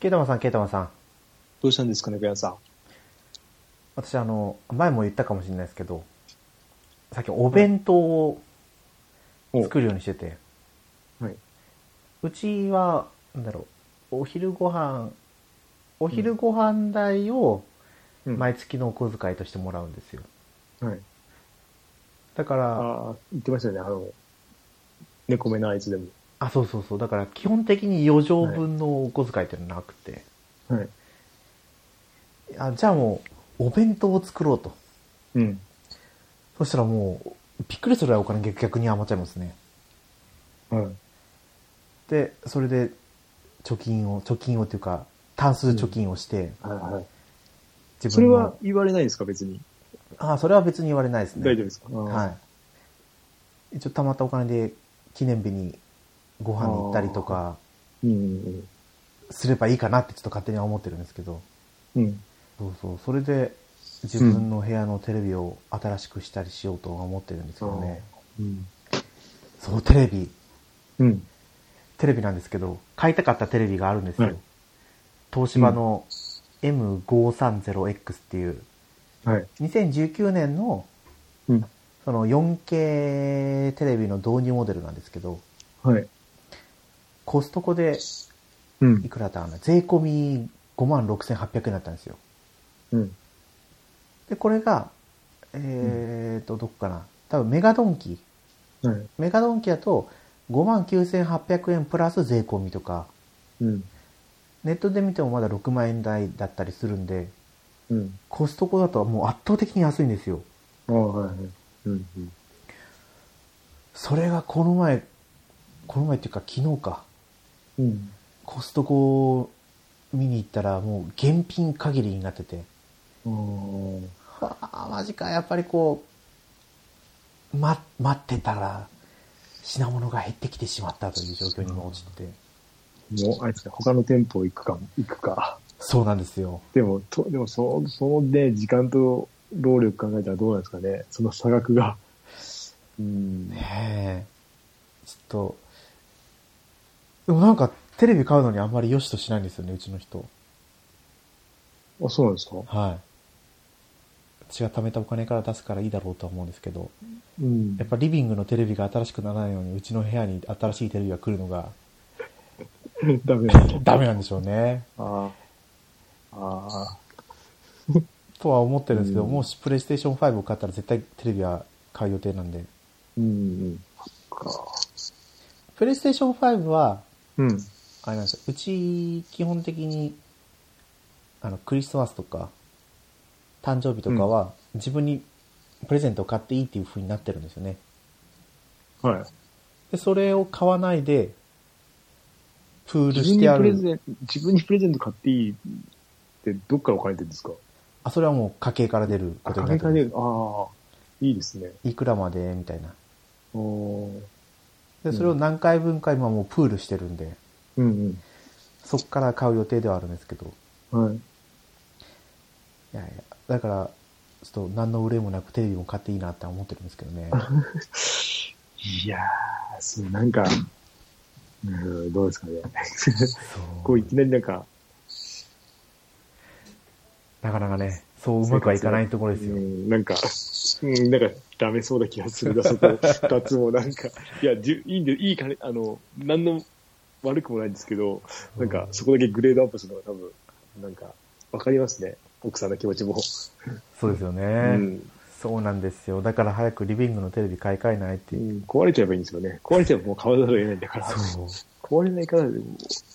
ケイタマンさん、ケイタマンさん。 どうしたんですかね、ベアさん。 私前も言ったかもしれないですけど、最近おはい。 弁当をお、 作るようにしてて、 はい。 うちは、なんだろう、おうん。 昼ご飯代をうん。 毎月のお小遣いとしてもらうんですよ。 はい。 だから、 ああ、言ってましたよね。猫目のあいつでも。 そうそうそう。だから基本的に余剰はい。 分のお小遣いっていうのはなくて、 はい。 じゃあもう、お弁当を作ろうと。 うん。 そしたらもう、びっくりするぐらいお金逆に余っちゃいますね。 はい。 で、それで貯金をっていうか、単数貯うん。 金をして、 はいはい。それ自分の、 は言われないですか、別に。 それは別に言われないですね。 大丈夫ですか？あはい。一応貯まったお金で記念日にごあ。あ飯に行ったりとあ。 かうん。 すればいいかなってちょっと勝手には思ってるんですけど、 うん。 そうそう、それで自うん。 分の部屋のテレビを新しくしたりしようとは思ってるんですああ。 けどね。 うん。 そう、 うん。 テレビなんですけど、買いたかったテレビがあるんですよ。 はい。 東うん。 芝の M530X っていう、 はい。 2019年のうん。 その 4K テレビの導入モデルなんですけど、 はい。 コストコでうん。 いくらだったかな、税込み56,800円だったんですよ。 うん。 で、これが、 うん。 どこかな、多分メガドンキ。 はい。 メガドンキだと59,800円プラス税込みとか、 うん。 ネットで見てもまだ6万円台だったりするんで、 うん。 コストコだともう圧倒的に安いんですよ。 ああ、はいはい。うん。うん。 それがこの前っていうか昨日か、 うん。 コストコ見に行ったらもう現品限りになってて、 ああ。 マジか、やっぱり待ってたら品物が減ってきてしまったという状況にも落ちてて。 もう、あれですね、他の店舗行くか。 そうなんですよ。 でもそのね、時間と労力考えたらどうなんですかね。その差額が。うん。 ねえ。ちょっと、でもなんかテレビ買うのにあんまり良しとしないんですよね、うちの人。 あ、そうなんですか？ はい。私が貯めたお金から出すからいいだろうとは思うんですけど、 うん。 やっぱリビングのテレビが新しくならないように、うちの部屋に新しいテレビが来るのがダメなんだ。 ダメなんでしょうね。 ああ、ああ、 とは思ってるんですけど、もうん。 しプレイステーション5を買ったら絶対テレビは買う予定なんで。 うん。か。 プレイステーション5は、 うん。 あれなんですよ。うち、基本的に、クリスマスとか、誕生日とうん。 かは、自分にプレゼントを買っていいっていう風になってるんですよね。 はい。 で、それを買わないで、プールしてある、 自分にプレゼント買っていいってどっからお金出るんですか？ それはもう家計から出るこあ、 とになってるんです。 金かね、ああ、いいですね。 いくらまでみたいな。 おー、 で、それをうん。 何回分か今もうプールしてるんで、 うんそっから買う予定ではあるんですけど、 うん。はい。 いやいや、だから、ちょっと何の憂いもなくテレビも買っていいなって思ってるんですけどね。 いやー、なんか、うん、どうですかね。 そう。 こういきなりなんか、 なかなかね、そううまくはい生活が、 かないところですよ。 なんかダメそうな気がするな、そこ、二つもなんか、いや、いいんで、いい金、なんの悪くもないんですけど、なんか、そこだけグレードアップするのが多分、なんか、わかりますね。奥さんの気持ちも。 そうですよね。 うん。 そうなんですよ。だから早くリビングのテレビ買い替えないって。 うん、壊れちゃえばいいんですよね。壊れちゃえばもう買わざるを得ないんだから。 そう。 壊れないからでも、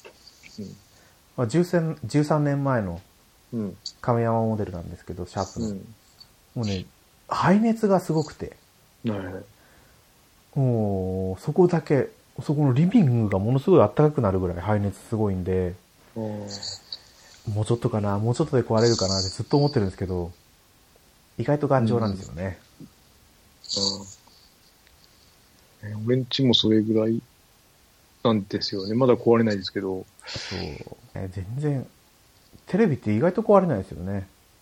13年前のうん。 亀山モデルなんですけど、シャープの。 うん。 もうね、排熱がすごくて、 うん。はいはい。 もう、そこのリビングがものすごい暖かくなるぐらい排熱すごいんで、 あーもうちょっとかな、もうちょっとで壊れるかなってずっと思ってるんですけど、意外と頑丈なんですよね。 俺んちもそれぐらいなんですよね。まだ壊れないですけど。 そう。全然、テレビって意外と壊れないですよね。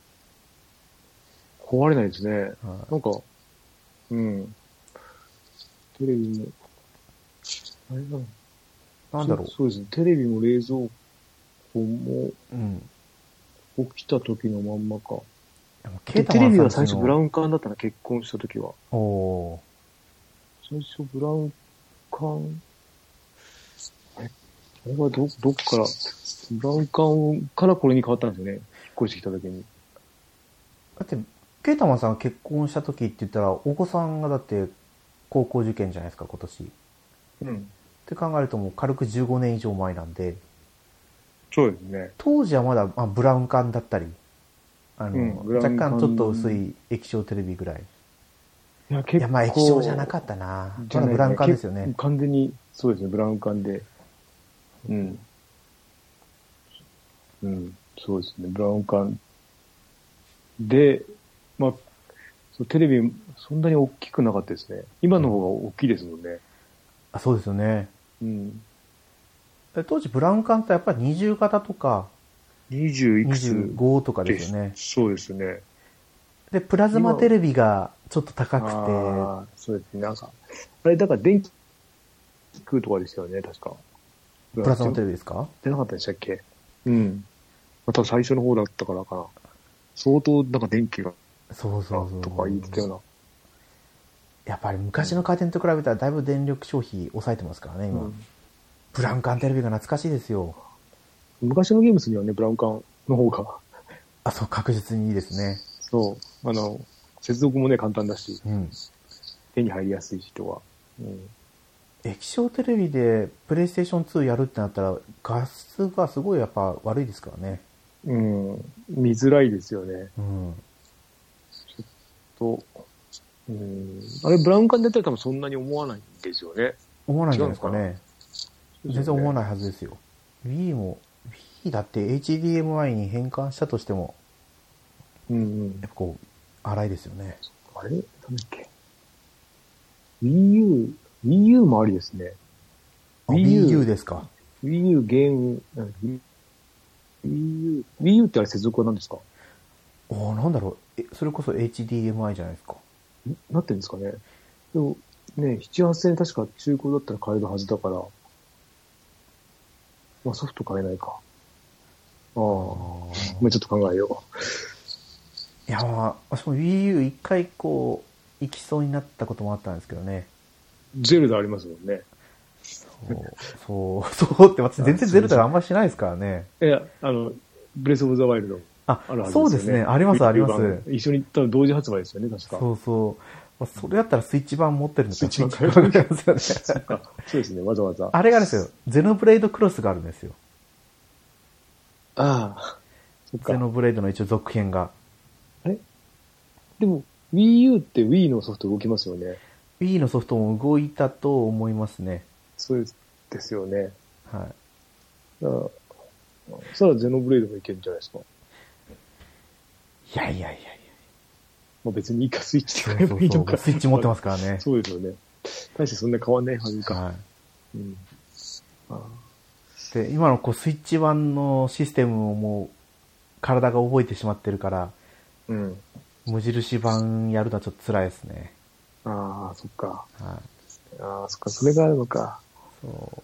壊れないですね。 はなんか、うん。テレビも、あれなの、 なんだろう。 そうですね。テレビも冷蔵庫子もうん。 起きた時のまんまか。 でもでテレビは最初ブラウン管だったな、結婚した時は。 おー。 最初ブラウン管、あれはどっから、ブラウン管からこれに変わったんですよね。引っ越してきた時に。 だって、ケイタマンさん結婚した時って言ったら、お子さんがだって高校受験じゃないですか、今年。っうん。 て考えるともう軽く15年以上前なんで、 そうですね。 当時はまだ、ブラウン管だったり、 ブラウ若ン管干ちょっと薄い液晶テレビぐらい。 いや、 いや、 結構。 液晶じゃなかったな。まだブラウン管ですよね。 完全に、そうですね、ブラウン管で。うん。うん。そうですね、ブラウン管で、まあ、テレビ、そんなに大きくなかったですね。今の方が大きいですもんね。 あ、そうですよね。 うん。 当時ブラウン管ってやっぱり20型とか、 20いくつ 25とかですよね。 そうですね。 で、プラズマテレビがちょっと高くて。 ああ、そうですね。なんか、あれ、だから電気食うとかでしたよね、確か。 プラズマテレビですか？ 出なかったでしたっけ？うん。また最初の方だったからかな。相当、なんか電気が、 そうそうそう。 とか言ってたような。 やっぱり昔の家電と比べたらだいぶ電力消費抑えてますからね、今。ブラウン管テレビが懐かしいですよ。 昔のゲームスにはね、ブラウン管の方が。 あ、そう、確実にいいですね。 そう。接続もね、簡単だし、 うん。 手に入りやすい人は。うん。 液晶テレビでプレイステーション2やるってなったら画質がすごいやっぱ悪いですからね。 うん。見づらいですよね。 うん。 ちょっと、うん。あれ、ブラウン管でやったら多分そんなに思わないんですよね。 思わないんじゃないですかね。全然思わない。 ないはずですよ。Wii も、Wii だって HDMI に変換したとしても、 うんうん。 やっぱこう、荒いですよね。 あれなんだっけ Wii U もありですね。 Wii U ですか。 Wii U ゲーム、Wii U ってあれ接続は何ですか？ なんだろう。それこそ HDMI じゃないですか。 なってるんですかね。でも、ね、7、8000円確か中古だったら買えるはずだから、まあソフト買えないか。ああ、もうちょっと考えよいや、私も Wii U 一回こう、行きそうになったこともあったんですけどね。 う。ゼルダありますもんね。 そうって私全然ゼルダがあんまりしないですからね。 いや、ブレスオブザワイルドあるはずですよね。 そうですね。ありますあります。 一緒に多分同時発売ですよね、確か。 そうそう。それだったらスイッチ版持ってるんだったらスイッチ版買いますよね。 そうですね、わざわざ。 あれがですよ。ゼノブレイドクロスがあるんですよ。 ああ、そっか。 ゼノブレイドの一応続編が。 あれでも、Wii U って Wii のソフト動きますよね。 Wii のソフトも動いたと思いますね。 そうですよね。 はい。 だからそしたらゼノブレイドもいけるんじゃないですか。 いやいやいやいや。 まあ別にいいか、スイッチで買えばいいのか。 スイッチ持ってますからね。 そうですよね。大してそんな変わんないはずか。 はい。 うん。 で、今のこうスイッチ版のシステムをもう体が覚えてしまってるから、 うん。 無印版やるのはちょっと辛いですね。 ああ、そっか。 はい。 ああ、そっか、それがあるのか。 そう。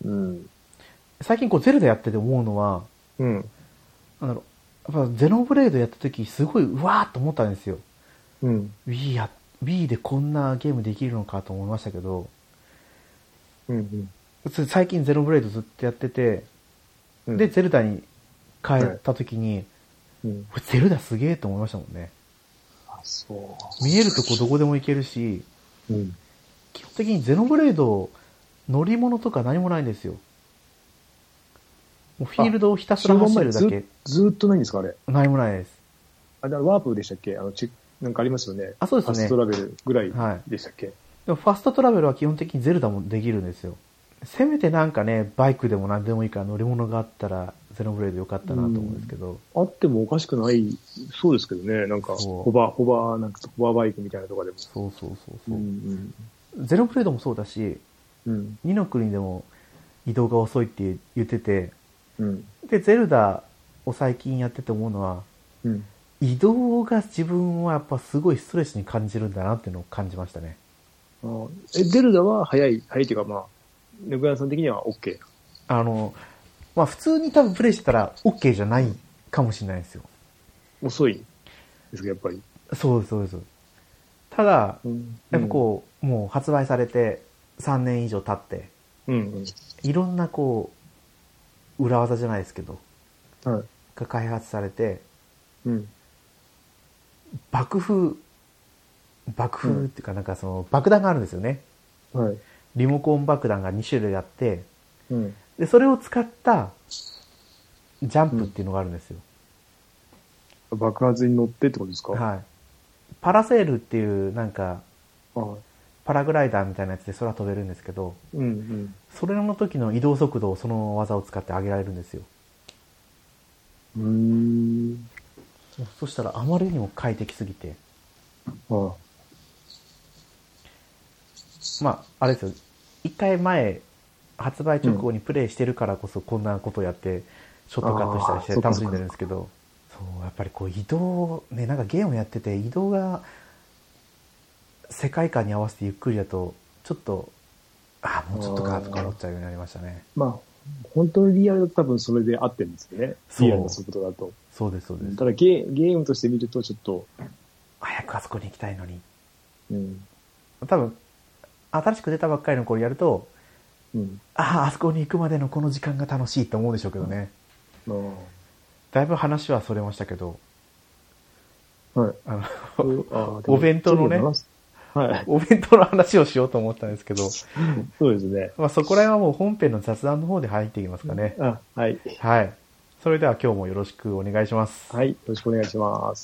うん。 最近こうゼルダやってて思うのは、 うん。 なんだろう、やっぱゼノブレイドやった時すごいうわーっと思ったんですよ。 うん。 Wii でこんなゲームできるのかと思いましたけど、 うん。 最近ゼノブレイドずっとやってて、 うん。 で、ゼルダに変えた時に、 うん。 ゼルダすげーと思いましたもんね。 あ、そう。 見えるとこどこでも行けるし、 うん。 基本的にゼノブレイド乗り物とか何もないんですよ。もうフィールドをひたすら走るだけ。 ずっとないんですか、あれ。 何もないです。 あ、ワープでしたっけなんかありますよね。 あ、そうですね。 ファストトラベルぐらいでしたっけ、はい、 でもファストトラベルは基本的にゼルダもできるんですよ。せめてなんかね、バイクでも何でもいいから乗り物があったら、ゼノブレイドよかったなと思うんですけど。 あってもおかしくない、そうですけどね。なんか、ホバーバイクみたいなとかでも。 そう。ゼノブレイドもそうだし、2の国でも移動が遅いって言ってて、で、ゼルダを最近やってて思うのは、移動が自分はやっぱすごいストレスに感じるんだなっていうのを感じましたね。 ゼルダは早いっていうかまあ、ネグヤさん的には OK？ まあ普通に多分プレイしてたら OK じゃないかもしれないですよ。 遅いですか、やっぱり。 そうです、そうです。ただ、やっぱこう、もう発売されて3年以上経って、いろんなこう、裏技じゃないですけど、が開発されて、爆風っていうかなんかその爆弾があるんですよね。リモコン爆弾が2種類あって、で、それを使ったジャンプっていうのがあるんですよ。 爆発に乗ってってことですか？ はい。パラセールっていうなんか、パラグライダーみたいなやつで空飛べるんですけど、それの時の移動速度をその技を使って上げられるんですよ。そしたらあまりにも快適すぎて。まあ、あれですよ。一回前、発売直後にプレイしてるからこそこんなことをやって、ショートカットしたりして楽しんでるんですけど、そうやっぱりこう移動、ね、なんかゲームやってて移動が世界観に合わせてゆっくりだと、ちょっと、もうちょっとかとか思っちゃうようになりましたね。 まあ、本当にリアルだと多分それで合ってるんですよね。リアルな速度だと。 そうです、そうです。 ただゲームとして見るとちょっと。 早くあそこに行きたいのに。多分、新しく出たばっかりの頃やると、あそこに行くまでのこの時間が楽しいと思うでしょうけどね。だいぶ話はそれましたけど、お弁当のね、お弁当の話をしようと思ったんですけど、 そうですね。 まあそこら辺はもう本編の雑談の方で入っていきますかね。 はい。 はい。それでは今日もよろしくお願いします。 はい、よろしくお願いします。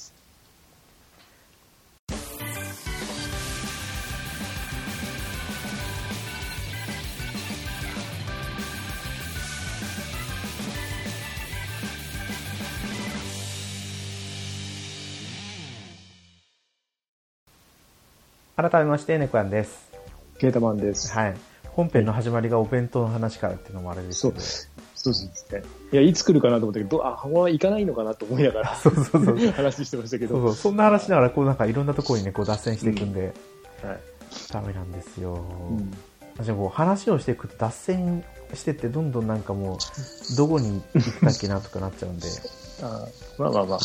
改めまして、猫やんです。 ケータマンです。 はい。本編の始まりがお弁当の話からっていうのもあれですけど。 そうですね。いや、いつ来るかなと思ったけど、ここは行かないのかなと思いながら、話してましたけど。 そんな話しながら、こうなんかいろんなところにね、こう脱線していくんで、ダメなんですよ。私も話をしていくと脱線してってどんどんなんかもう、どこに行ったっけなとかなっちゃうんで。 まあ。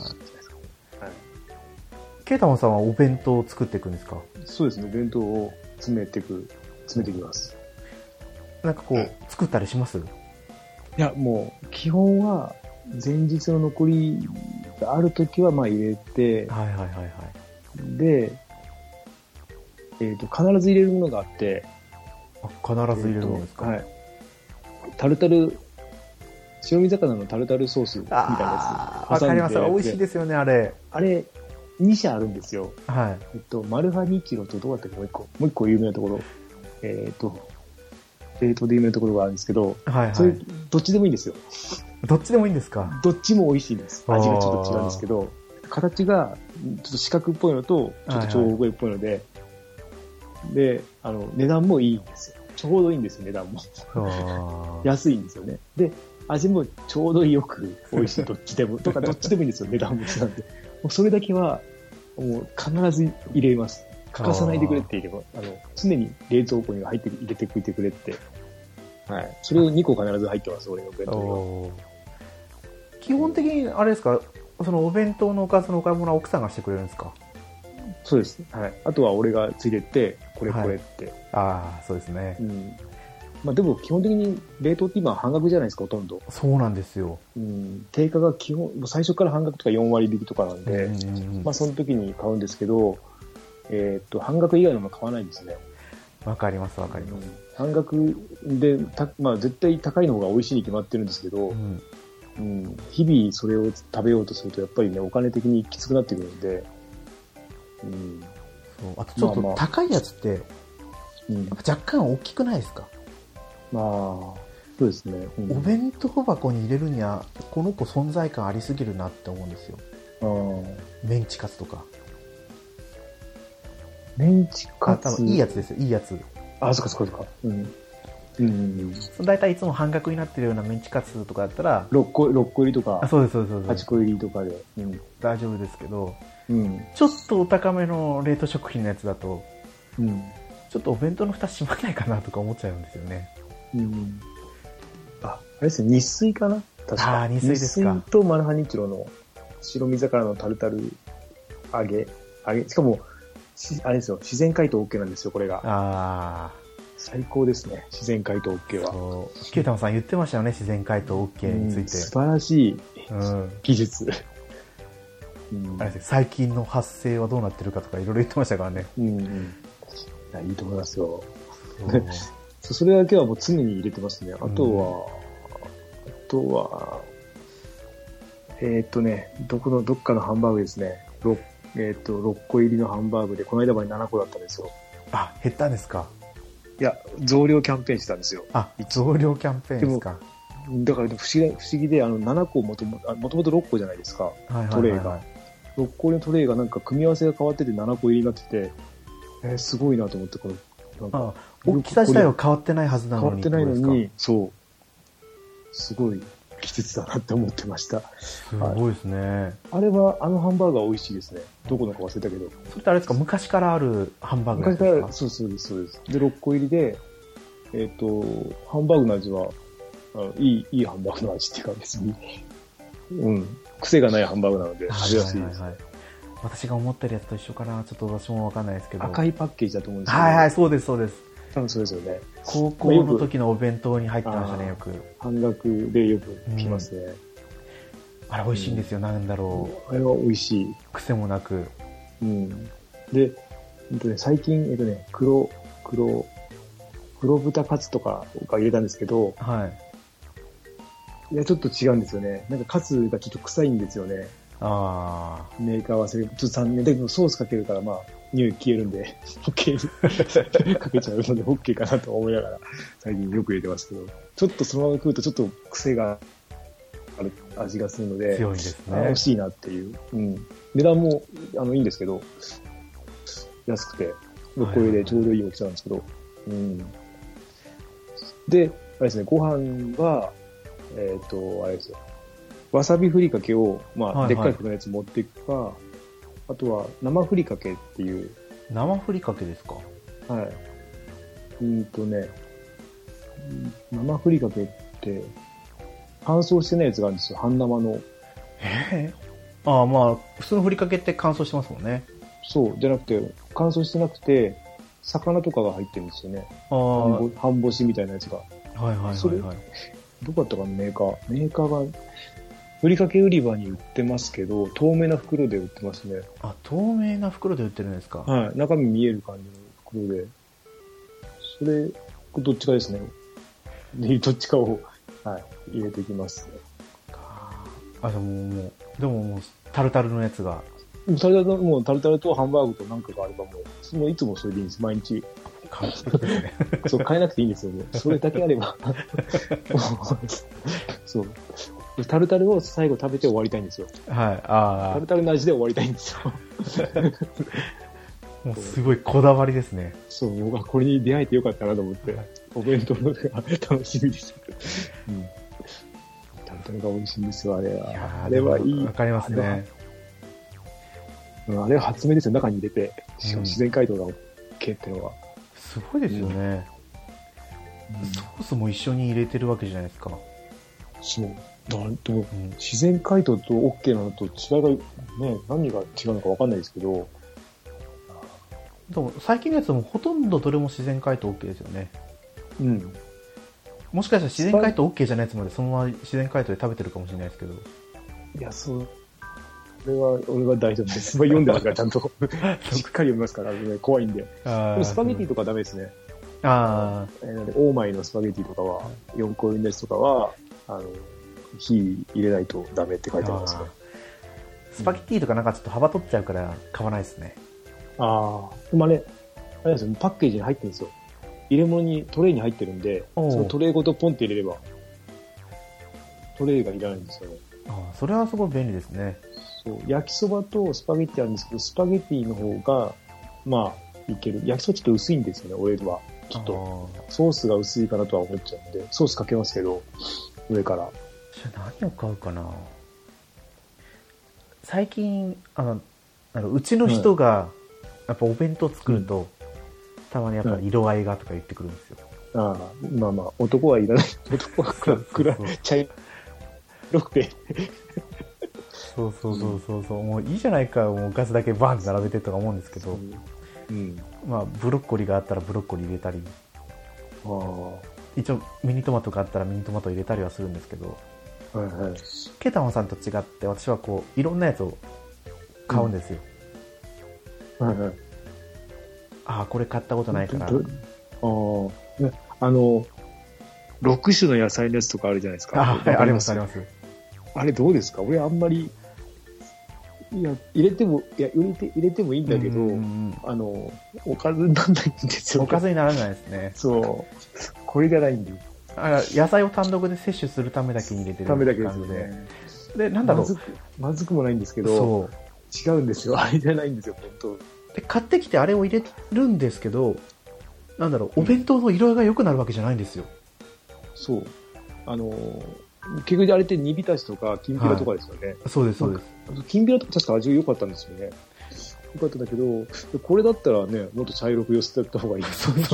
ケイタマンさんはお弁当を作っていくんですか？ そうですね、弁当を詰めていきます。 なんかこう、作ったりします？ いや、もう、基本は、前日の残りがあるときは、まあ入れて、で、必ず入れるものがあって、 必ず入れるものですか？ はい。タルタル、塩見魚のタルタルソースみたいなやつ。 わかります。美味しいですよね、あれ。 あれ、2社あるんですよ。 はい。 マルハ2キロとどうやったっけ、もう一個有名なところ。冷凍で有名なところがあるんですけど、それ、どっちでもいいんですよ。 どっちでもいいんですか？ どっちも美味しいんです。味がちょっと違うんですけど、形がちょっと四角っぽいのと、ちょっと長方形っぽいので、で、値段もいいんですよ。ちょうどいいんですよ、値段も。安いんですよね。で、味もちょうどよく美味しい、どっちでも。どっちでもいいんですよ、値段も違うんで。もうそれだけは、もう必ず入れます。欠かさないでくれって言えば、常に冷蔵庫に入れてくれてくれって。はい。それを2個必ず入ってます、俺の弁当は。 基本的に、あれですか、そのお弁当のおかずのお買い物は奥さんがしてくれるんですか？ そうです。はい。あとは俺がついでって、これって。 そうですね。 まあでも基本的に冷凍って今半額じゃないですか、ほとんど。 そうなんですよ。 定価が基本、最初から半額とか4割引きとかなんで、まあその時に買うんですけど、半額以外のも買わないんですね。 わかります。 半額で、まあ絶対高いの方が美味しいに決まってるんですけど、日々それを食べようとするとやっぱりね、お金的にきつくなってくるんで、 あとちょっと高いやつって、若干大きくないですか？ まあ、そうですね。 お弁当箱に入れるには、この子存在感ありすぎるなって思うんですよ。メンチカツとか。 メンチカツ？ 多分いいやつですよ、いいやつ。 そっか。 だいたいいつも半額になってるようなメンチカツとかだったら、 6個入りとか、 そうです。 8個入りとかで、 大丈夫ですけど、ちょっとお高めの冷凍食品のやつだと、ちょっとお弁当の蓋閉まらないかなとか思っちゃうんですよね。 あれですね、日水かな確か。 日水ですか。 日水とマルハニチロの白身魚のタルタル揚げ、しかも、あれですよ、自然解凍 OK なんですよ、これが。最高ですね、自然解凍 OK は。 そう。キュータマさん言ってましたよね、自然解凍 OK について。 素晴らしい技術。 あれですね、最近の発生はどうなってるかとかいろいろ言ってましたからね。 いいと思いますよ。それだけはもう常に入れてますね。あとは、どっかのハンバーグですね。6個入りのハンバーグで、この間まで7個だったんですよ。 減ったんですか？ いや、増量キャンペーンしてたんですよ。 増量キャンペーンですか。 だから不思議で、7個もともと6個じゃないですか。トレイが。6個入りのトレイがなんか組み合わせが変わってて7個入りになってて、すごいなと思って、 大きさ自体は変わってないはずなのに。 変わってないのに、そう。すごい技術だなって思ってました。 すごいですね。 あれは、ハンバーガー美味しいですね。どこのか忘れたけど。 それってあれですか、昔からあるハンバーグですか？ 昔から、そうです。で、6個入りで、ハンバーグの味は、いいハンバーグの味っていうか別に、癖がないハンバーグなので食べやすいです。 私が思ってるやつと一緒かな、ちょっと私もわかんないですけど。 赤いパッケージだと思うんですけそうど。 です。 多分そうですよね。 高校の時のお弁当に入ってましたね、よく。 半額でよく来ますね。 あれ美味しいんですよ、なんだろう。あれは美味しい。 癖もなく。 で、最近、黒豚カツとかが入れたんですけど、いや、ちょっと違うんですよね。なんかカツがちょっと臭いんですよね。メーカー忘れる。ちょっと残念。でもソースかけるから、匂い消えるんで、OK かけちゃうので OK かなと思いながら、最近よく入れてますけど、ちょっとそのまま食うとちょっと癖がある味がするので、 強いですね。 惜しいなっていう。値段も、いいんですけど、安くて、6個入りでちょうどいい大きさなんですけど、で、あれですね、ご飯は、あれですよ。わさびふりかけを、でっかい袋のやつ持っていくか、あとは生ふりかけっていう。 生ふりかけですか？ はい。生ふりかけって、乾燥してないやつがあるんですよ、半生の。 普通のふりかけって乾燥してますもんね。 そう、じゃなくて、乾燥してなくて、魚とかが入ってるんですよね。半干しみたいなやつが。それ、どこだったかな、メーカーが、ふりかけ売り場に売ってますけど、透明な袋で売ってますね。 透明な袋で売ってるんですか？ はい。中身見える感じの袋で。それ、どっちかですね。どっちかを、入れていきますね。 でもタルタルのやつが。 タルタルとハンバーグと何かがあればもういつもそれでいいんです、毎日。そう、変えなくていいんですよね。それだけあれば。そう。タルタルを最後食べて終わりたいんですよ。タルタルの味で終わりたいんですよ。 もうすごいこだわりですね。 そう、僕はこれに出会えてよかったなと思って、お弁当が楽しみです。タルタルが美味しいんですよ、あれは。あれはいい。 わかりますね。 あれは発明ですよ、中に入れて。しかも自然解凍が OK ってのは。 すごいですよね。ソースも一緒に入れてるわけじゃないですか。 そう。でも、自然解凍と OK なのと違いがね、何が違うのか分かんないですけど。 でも最近のやつもほとんどどれも自然解凍 OK ですよね。もしかしたら自然解凍 OK じゃないやつまでそのまま自然解凍で食べてるかもしれないですけど。 いや、それは、俺は大丈夫です。読んでますから、ちゃんと。しっかり読みますから、怖いんで。スパゲティとかダメですね。オーマイのスパゲティとかは、4個入りのやつとかは、火入れないとダメって書いてありますね。 スパゲティとかなんかちょっと幅取っちゃうから買わないですね。 でもあれですよ、パッケージに入ってるんですよ。入れ物に、トレイに入ってるんで、そのトレイごとポンって入れれば、トレイがいらないんですよね。 それはすごい便利ですね。 そう、焼きそばとスパゲティあるんですけど、スパゲティの方が、いける。焼きそばちょっと薄いんですよね、俺は。ちょっと、ソースが薄いかなとは思っちゃうんで、ソースかけますけど、上から。 何を買うかな。最近うちの人がやっぱお弁当作ると、たまにやっぱ色合いがとか言ってくるんですよ。 ああ、まあまあ、男はいらない。男は茶色くて。 そうそう、もういいじゃないか、もうガスだけバーンって並べてとか思うんですけど、まあ、ブロッコリーがあったらブロッコリー入れたり、一応ミニトマトがあったらミニトマト入れたりはするんですけど、ケタマさんと違って私はこういろんなやつを買うんですよ。ああ、これ買ったことないから。 6種の野菜のやつとかあるじゃないですか。 はい、ありますあります。 あれどうですか？俺あんまり、いや、入れてもいいんだけど、おかずにならないんですよ。 おかずにならないですね。 そう。これじゃないんで。 野菜を単独で摂取するためだけに入れてるためだけですね。 で、なんだろう。 まずくもないんですけど、違うんですよ。あれじゃないんですよ、本当。 で、買ってきてあれを入れるんですけど、なんだろう、お弁当の色合いが良くなるわけじゃないんですよ。 そう。結局あれって煮浸しとか、きんぴらとかですよね。 そうです、そうです。 きんぴらとか確か味が良かったんですよね。良かったんだけど、これだったらね、もっと茶色く寄せてった方がいい。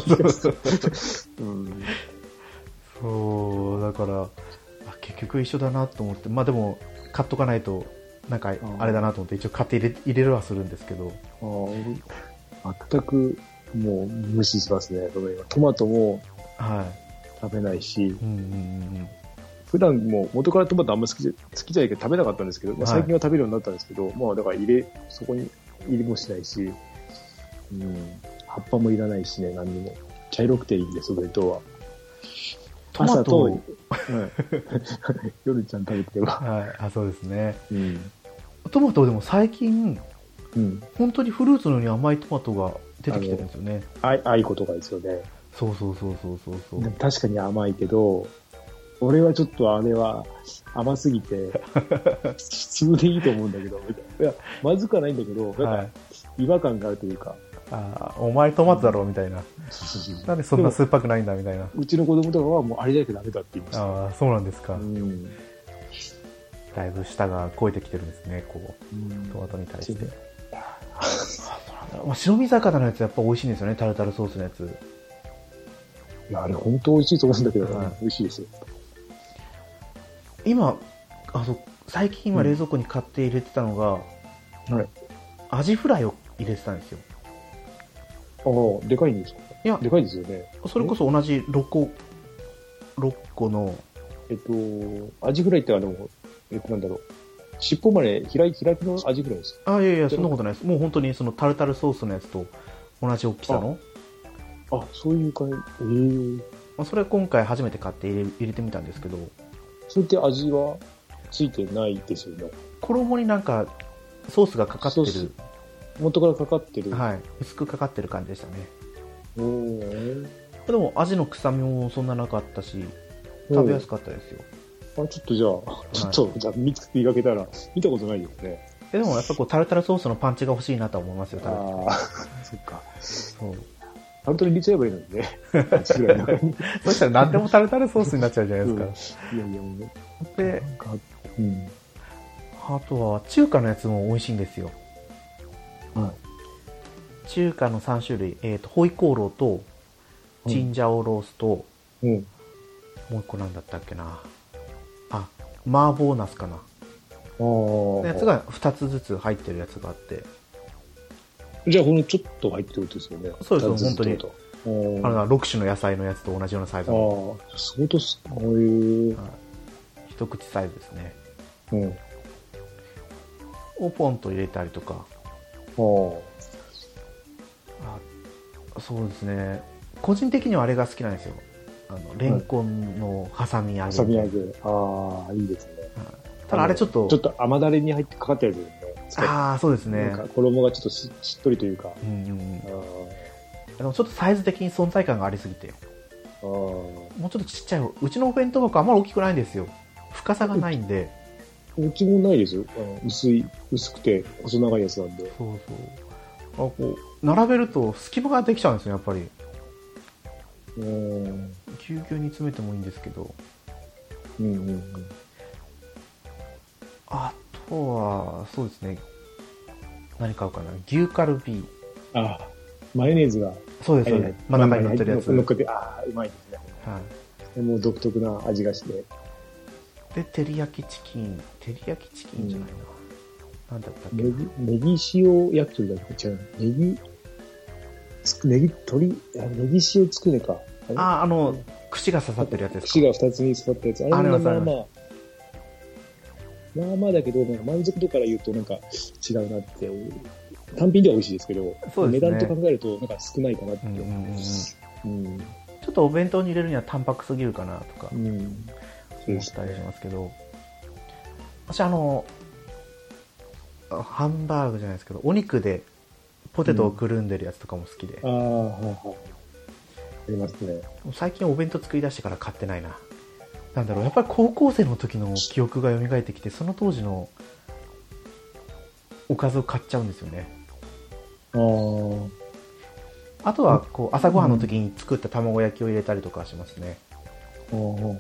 そう、だから、結局一緒だなと思って、まあでも、買っとかないと、なんか、あれだなと思って、一応買って入れるはするんですけど。 全く、もう、無視しますね。トマトも、食べないし、普段も元からトマトあんま好きじゃないけど食べなかったんですけど、最近は食べるようになったんですけど、まあだからそこに入れもしないし、葉っぱもいらないしね、何にも。茶色くていいんです、お弁当は。朝と、夜ちゃん食べてれば。 そうですね。トマトでも最近、本当にフルーツのように甘いトマトが出てきてるんですよね。 あいことかですよね。 そう。 確かに甘いけど、俺はちょっとあれは甘すぎて、普通でいいと思うんだけど、いや、まずくはないんだけど、なんか違和感があるというか。 お前トマトだろみたいな。なんでそんな酸っぱくないんだみたいな。 うちの子供とかはもうあれじゃなきゃダメだって言いました。 そうなんですか。だいぶ舌が肥えてきてるんですね、こう、トマトに対して。白身魚のやつやっぱ美味しいんですよね、タルタルソースのやつ。 いや、あれ本当美味しいと思うんだけど、美味しいですよ。 今、最近今冷蔵庫に買って入れてたのが、アジフライを入れてたんですよ。 でかいんですか？いや、でかいですよね。 それこそ同じ6個の、 アジフライってなんだろう。尻尾まで開きのアジフライですか？ いや、そんなことないです。もう本当にそのタルタルソースのやつと同じ大きさの。 そういう感じ。 それ今回初めて買って入れてみたんですけど。 それって味はついてないですよね。 衣になんかソースがかかってる。 元からかかってる。 薄くかかってる感じでしたね。でも味の臭みもそんななかったし、食べやすかったですよ。 ちょっとじゃあ見つけたら見たことないですね。 でもやっぱこうタルタルソースのパンチが欲しいなと思いますよ。 そっか。タルタル入れちゃえばいいのにね。 そしたら何でもタルタルソースになっちゃうじゃないですか。で、あとは中華のやつも美味しいんですよ。中華の3種類、ホイコーローとチンジャオロースと、もう一個なんだったっけな、麻婆ナスかなのやつが2つずつ入ってるやつがあって。 じゃあこのちょっと入ってるってことですよね。 そうです、本当に6種の野菜のやつと同じようなサイズの。 相当すごい。 一口サイズですね。をポンと入れたりとか。そうですね。個人的にはあれが好きなんですよ。レンコンのハサミ揚げ。 ハサミ揚げ。いいですね。 ただあれちょっと甘だれに入ってかかってるんですね。 そうですね。 なんか衣がちょっとしっとりというか。 でもちょっとサイズ的に存在感がありすぎて。もうちょっとちっちゃい。うちのお弁当箱あんまり大きくないんですよ。深さがないんで。 うちもないですよ。薄くて細長いやつなんで。 こう並べると隙間ができちゃうんですよ、やっぱり。ぎゅうぎゅうに詰めてもいいんですけど。あとはそうですね、何買うかな。牛カルビ。 マヨネーズがそうですよね。真ん中に乗ってるやつ。 乗っかって、ああ、うまいですね。はい。もう独特な味がして。 で、照り焼きチキンじゃないな。なんだったっけ？ ネギ塩焼き鳥だっけ？違う。ネギ塩つくねか。 串が刺さってるやつですか？ 串が2つに刺さったやつ。あれもまあまあだけど、満足度から言うとなんか違うなって。単品では美味しいですけど、そうですね、値段と考えるとなんか少ないかなって。 ちょっとお弁当に入れるには淡白すぎるかなとか思ったりしますけど、私ハンバーグじゃないですけど、お肉でポテトをくるんでるやつとかも好きで。 ありますね。 最近お弁当作り出してから買ってないな。なんだろう、やっぱり高校生の時の記憶が蘇ってきて、その当時のおかずを買っちゃうんですよね。あとはこう朝ごはんの時に作った卵焼きを入れたりとかしますね。お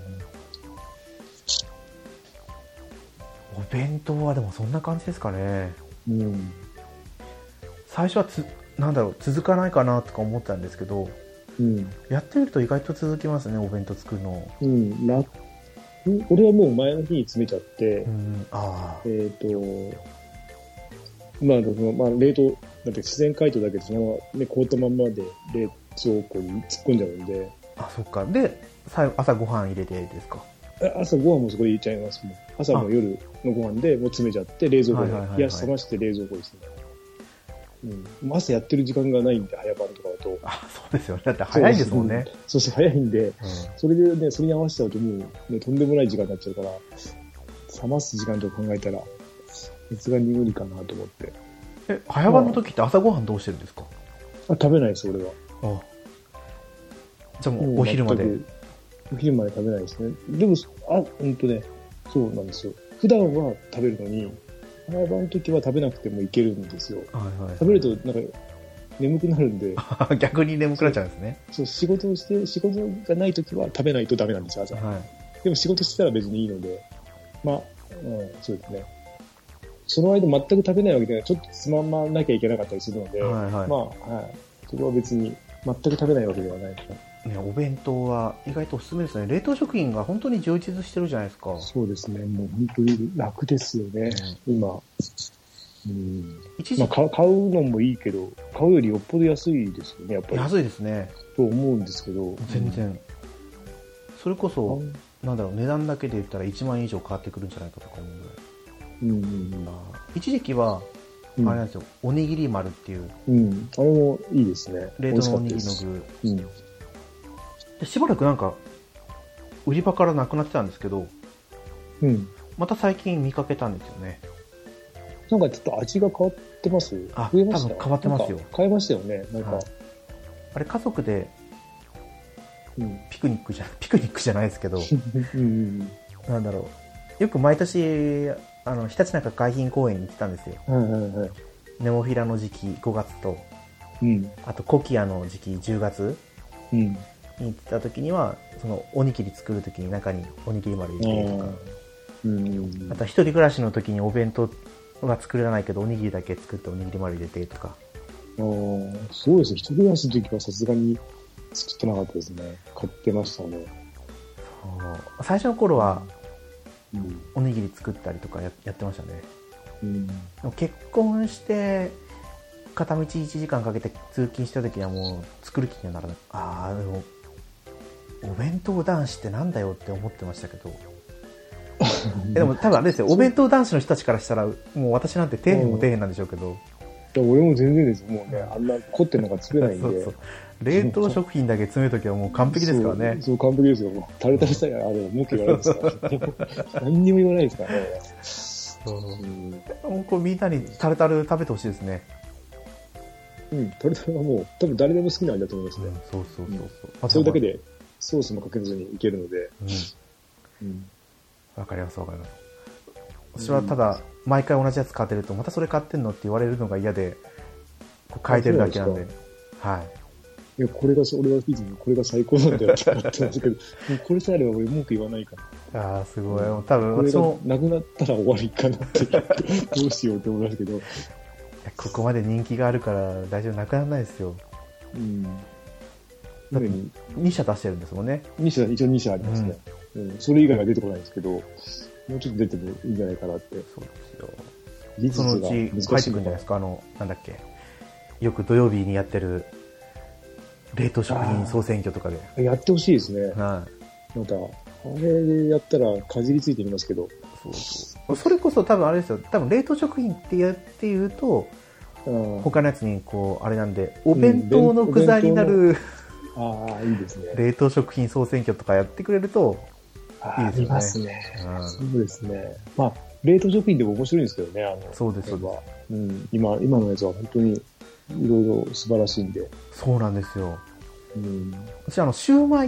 弁当はでもそんな感じですかね。最初は続かないかなとか思ったんですけど、やってみると意外と続きますね、お弁当作るの。 俺はもう前の日に詰めちゃって、冷凍だって自然解凍だけどそのままね凍ったまんまで冷蔵庫に突っ込んじゃうんで。 そっか。で朝ごはん入れてですか？ 朝ごはんもそこで入れちゃいますもん。朝も夜のご飯でもう詰めちゃって冷蔵庫に冷やし冷まして冷蔵庫ですね。朝やってる時間がないんで、早番とかだと。 そうですよね。だって早いんですもんね。 そう早いんで、それでね、それに合わせちゃうともう、ね、とんでもない時間になっちゃうから、冷ます時間とか考えたら、さすがに無理かなと思って。 早番の時って朝ごはんどうしてるんですか？ 食べないです、俺は。 じゃあもうお昼まで。 お昼まで食べないですね。でも、そうなんですよ。普段は食べるのに、早番の時は食べなくてもいけるんですよ。食べるとなんか眠くなるんで。 逆に眠くなっちゃうんですね。 そう、仕事がない時は食べないとダメなんですよ、朝。でも仕事してたら別にいいので、そうですね。その間全く食べないわけではちょっとつままなきゃいけなかったりするので、それは別に全く食べないわけではない。 お弁当は意外とおすすめですね。冷凍食品が本当に充実してるじゃないですか。 そうですね。もう本当に楽ですよね、今。買うのもいいけど、買うよりよっぽど安いですよね、やっぱり。 安いですね。 と思うんですけど。 全然。それこそ、値段だけで言ったら1万円以上変わってくるんじゃないかとか思うぐらい。一時期は、あれなんですよ、おにぎり丸っていう。 あれもいいですね。 冷凍のおにぎりの具。でしばらく売り場からなくなってたんですけど、また最近見かけたんですよね。 なんかちょっと味が変わってます？増えました？ 多分変わってますよ。 変えましたよね。 あれ家族でピクニックじゃないですけど、なんだろう。よく毎年ひたちなか海浜公園に行ってたんですよ。ネモフィラの時期5月と、あとコキアの時期10月。に行ってた時にはそのおにぎり作る時に中におにぎり丸入れてとか、あとは一人暮らしの時にお弁当は作らないけどおにぎりだけ作っておにぎり丸入れてとか。 そうですね。一人暮らしの時はさすがに作ってなかったですね。買ってましたね。 最初の頃はおにぎり作ったりとかやってましたね。でも結婚して片道1時間かけて通勤した時にはもう作る気にはならない。でもお弁当男子ってなんだよって思ってましたけどでも多分あれですよ、お弁当男子の人たちからしたらもう私なんて底辺も底辺なんでしょうけど、 俺も全然です。もうね、あんな凝ってなんか作れないんでそう冷凍食品だけ詰めときはもう完璧ですからね。 そう完璧ですよ。もうタルタルしたら文句言わないですから何にも言わないですからね。 もうこれみんなにタルタル食べてほしいですね。 タルタルはもう多分誰でも好きなんだと思いますね。それだけでソースもかけずにいけるので。 わかります。私はただ毎回同じやつ買ってるとまたそれ買ってんのって言われるのが嫌で変えてるだけなんで。 いや、俺は以前これが最高なんだよって思ってましたけど、もうこれさえあれば俺文句言わないから。 すごい。多分私もなくなったら終わりかなってどうしようって思いますけど。 ここまで人気があるから大丈夫なくならないですよ。 うん。 だって2社出してるんですもんね。 一応2社ありますね。それ以外は出てこないんですけど、もうちょっと出てもいいんじゃないかなって。 そうですよ。 技術が難しい。 そのうち入ってくるんじゃないですか。なんだっけ。よく土曜日にやってる冷凍食品総選挙とかで。 やってほしいですね。 はい。 また、あれやったらかじりついてみますけど。 それこそ多分あれですよ。多分冷凍食品って言うと、他のやつにこう、あれなんで、お弁当の具材になる、 いいですね。 冷凍食品総選挙とかやってくれると、いいですよね。 ありますね。そうですね。まあ、冷凍食品でも面白いんですけどね、 そうです。 今のやつは本当にいろいろ素晴らしいんで。 そうなんですよ。私シューマイって、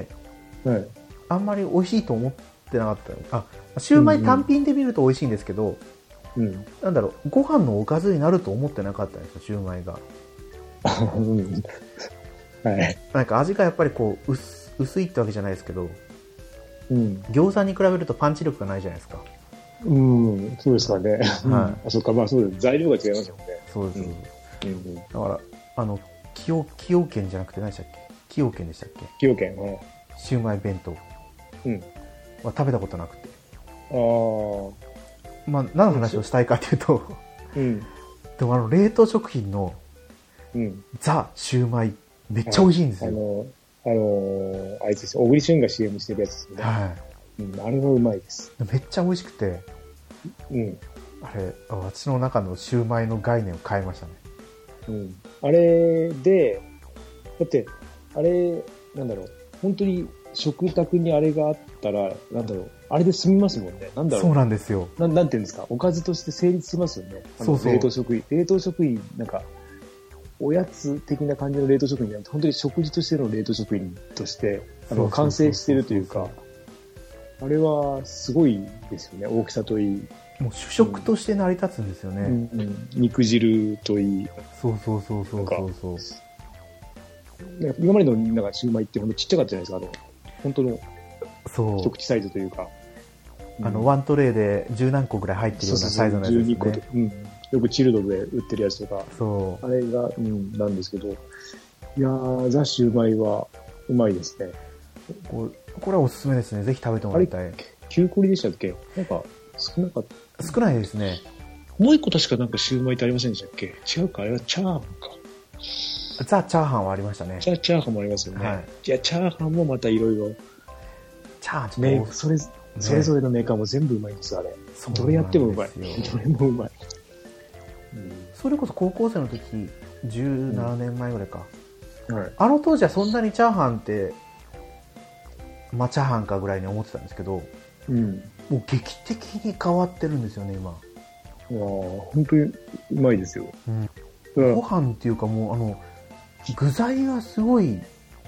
あんまり美味しいと思ってなかった。シューマイ単品で見ると美味しいんですけど、なんだろう、ご飯のおかずになると思ってなかったんですよ、シューマイが。なんか味がやっぱりこう、薄いってわけじゃないですけど、餃子に比べるとパンチ力がないじゃないですか。 そうですかね。そっか、まあそうです。材料が違いますもんね。 そうです。だから、崎陽軒じゃなくて何でしたっけ？崎陽軒でしたっけ？ 崎陽軒、 シューマイ弁当。は食べたことなくて。まあ、何の話をしたいかというと、でも冷凍食品の、ザ・シューマイ、めっちゃ美味しいんですよ。 あいつです。小栗旬が CM してるやつですね。あれはうまいです。 めっちゃ美味しくて、あれ、私の中のシューマイの概念を変えましたね。 あれで、だって、あれ、なんだろう、本当に食卓にあれがあったら、なんだろう、あれで済みますもんね。なんだろう。 そうなんですよ。 なんていうんですか、おかずとして成立しますよね。冷凍食品。冷凍食品、なんか、おやつ的な感じの冷凍食品じゃなくて、本当に食事としての冷凍食品として、完成してるというか、あれはすごいですよね、大きさといい。 もう主食として成り立つんですよね。 肉汁といい。 そう。 今までのなんかシューマイってほんとちっちゃかったじゃないですか、本当の一口サイズというか。 ワントレーで10何個ぐらい入ってるようなサイズのやつですね。12個と、 よくチルドで売ってるやつとか。あれが、なんですけど。いやー、ザ・シューマイはうまいですね。 これはおすすめですね。ぜひ食べてもらいたい。 9個入りでしたっけ？なんか少なかった。 少ないですね。 もう一個確かなんかシューマイってありませんでしたっけ？違うか、あれはチャーハンか。 ザ・チャーハンはありましたね。 チャーハンもありますよね。じゃあチャーハンもまたいろいろ。 チャーハンそれぞれのメーカーも全部うまいんです、あれ。どれやってもうまい。どれもうまい。 それこそ高校生の時、17年前ぐらいか。あの当時はそんなにチャーハンって、まあチャーハンかぐらいに思ってたんですけど、もう劇的に変わってるんですよね、今。 本当にうまいですよ。 ご飯っていうかもう具材がすごい、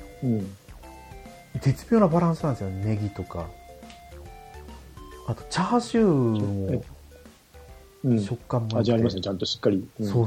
絶妙なバランスなんですよね。ネギとか。あとチャーシューも、食感も味ありますね、ちゃんとしっかり。 そう。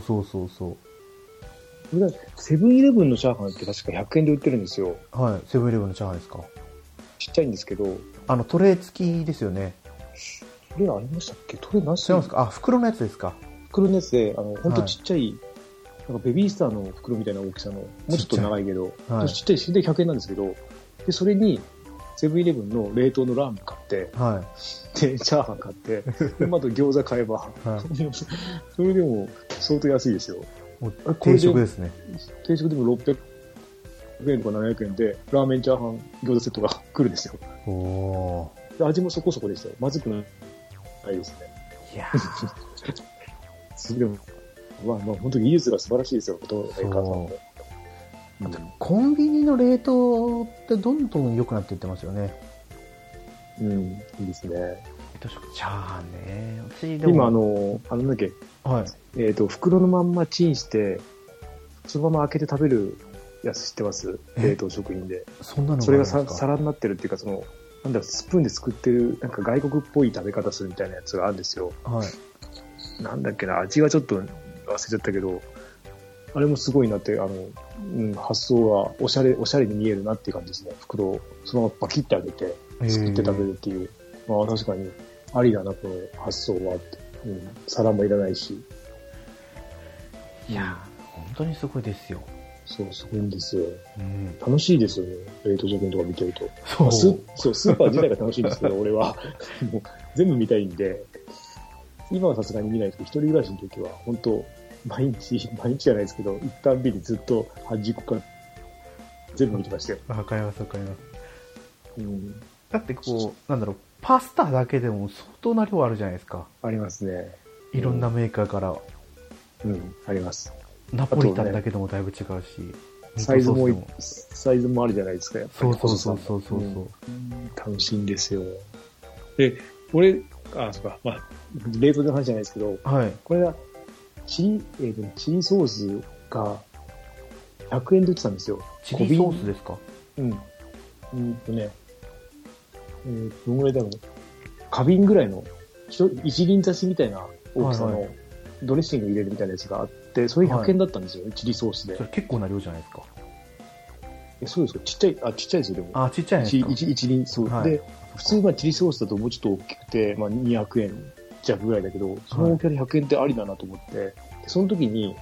セブンイレブンのチャーハンって確か100円で売ってるんですよ。 はい、セブンイレブンのチャーハンですか。 ちっちゃいんですけど。 トレー付きですよね。 トレーありましたっけ？トレーなし？ 違いますか？袋のやつですか？ 袋のやつで、ほんとちっちゃい、なんかベビースターの袋みたいな大きさの、もうちょっと長いけど、ちっちゃい、それで100円なんですけど、で、それに、セブンイレブンの冷凍のラーメン買って、で、チャーハン買って、で、また餃子買えば、それでも相当安いですよ。 定食ですね。 定食でも600円とか700円で、ラーメン、チャーハン、餃子セットが来るんですよ。で味もそこそこでしたよ。まずくないですね。 いやでも、本当に技術が素晴らしいですよ、メーカーさんも。 コンビニの冷凍ってどんどん良くなっていってますよね。 いいですね。 チャーハンね。 今なんだっけ、袋のまんまチンして、そのまま開けて食べるやつ知ってます？冷凍食品で。それが皿になってるっていうか、なんだろう、スプーンですくってる、なんか外国っぽい食べ方するみたいなやつがあるんですよ。なんだっけな、味がちょっと忘れちゃったけど、あれもすごいなって、発想がおしゃれに見えるなっていう感じですね。袋をそのままパキッて開けて、すくって食べるっていう。確かに、ありだな、この発想はって。皿もいらないし。 いや、本当にすごいですよ。 そう、すごいんですよ。楽しいですよね。冷凍食品とか見てると。 そう。 スーパー自体が楽しいんですけど、俺は。もう全部見たいんで、今はさすがに見ないですけど、一人暮らしの時は、本当毎日じゃないですけど、一旦日にずっと端っこから全部見てましたよ。 わかります。だってこう、なんだろう、パスタだけでも相当な量あるじゃないですか。 ありますね。 いろんなメーカーから。 あります。 ナポリタンだけでもだいぶ違うし、 サイズもあるじゃないですか、やっぱり。 そう。 楽しいんですよ。で、俺、そうか、まあ、冷凍の話じゃないですけど、 はい。 これが、チリソースが100円で売ってたんですよ。 チリソースですか？ どのぐらいだろう。花瓶ぐらいの、一輪挿しみたいな大きさのドレッシング入れるみたいなやつがあって、それ100円だったんですよ、チリソースで。 それ結構な量じゃないですか。 そうですか。ちっちゃいですよ、でも。 ちっちゃいですか。 一輪、そう。で、普通はチリソースだともうちょっと大きくて、まあ200円弱ぐらいだけど、その大きさで100円ってありだなと思って、その時に、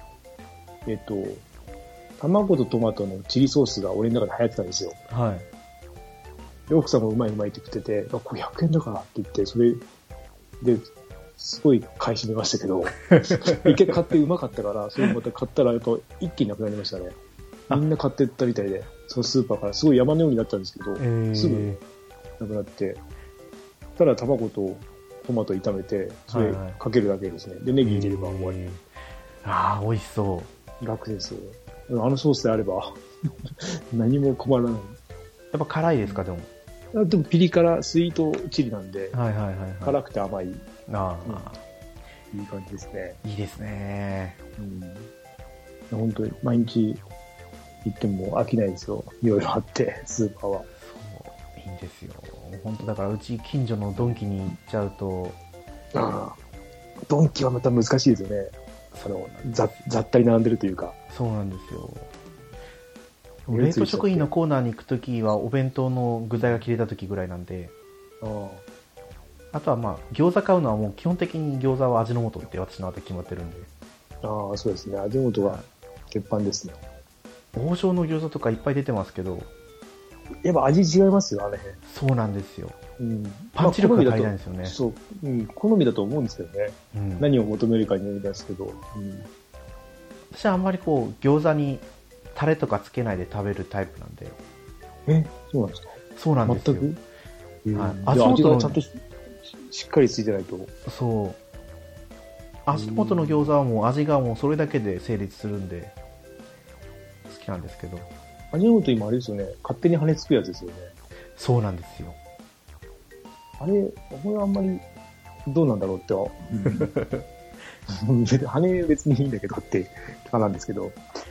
卵とトマトのチリソースが俺の中で流行ってたんですよ。 はい。 で、奥さんもうまいって食ってて、これ100円だからって言って、それで、すごい買い占めましたけど、一回買ってうまかったから、それまた買ったらやっぱ一気になくなりましたね。みんな買ってったみたいで、そのスーパーからすごい山のようになったんですけど、すぐなくなって、ただ卵とトマト炒めて、それかけるだけですね。で、ネギ入れれば終わり。 美味しそう。 楽ですよ。あのソースであれば、何も困らない。 やっぱ辛いですか、でも。 でもピリ辛、スイートチリなんで、辛くて甘い。いい感じですね。 いいですね。 本当に毎日行っても飽きないですよ。いろいろあって、スーパーは。 そう、いいんですよ。本当だからうち近所のドンキに行っちゃうと。 ドンキはまた難しいですよね。雑多に並んでるというか。 そうなんですよ。冷凍食品のコーナーに行くときはお弁当の具材が切れたときぐらいなんで、あとはまあ餃子買うのはもう基本的に餃子は味の素って私の中で決まってるんで。 そうですね。味の素が鉄板ですね。 王将の餃子とかいっぱい出てますけど、 やっぱ味違いますよ、あれ。 そうなんですよ。パンチ力が足りないんですよね。 そう、好みだと思うんですけどね。何を求めるかによりますけど。 私はあんまりこう餃子にタレとかつけないで食べるタイプなんで。 そうなんですか？ そうなんですよ。 全く？味がちゃんとしっかりついてないと。 そう。味の素の餃子はもう味がもうそれだけで成立するんで好きなんですけど。 味の素今あれですよね。勝手に羽根つくやつですよね。そうなんですよ。 あれはあんまりどうなんだろうっては。羽別にいいんだけどってなんですけど。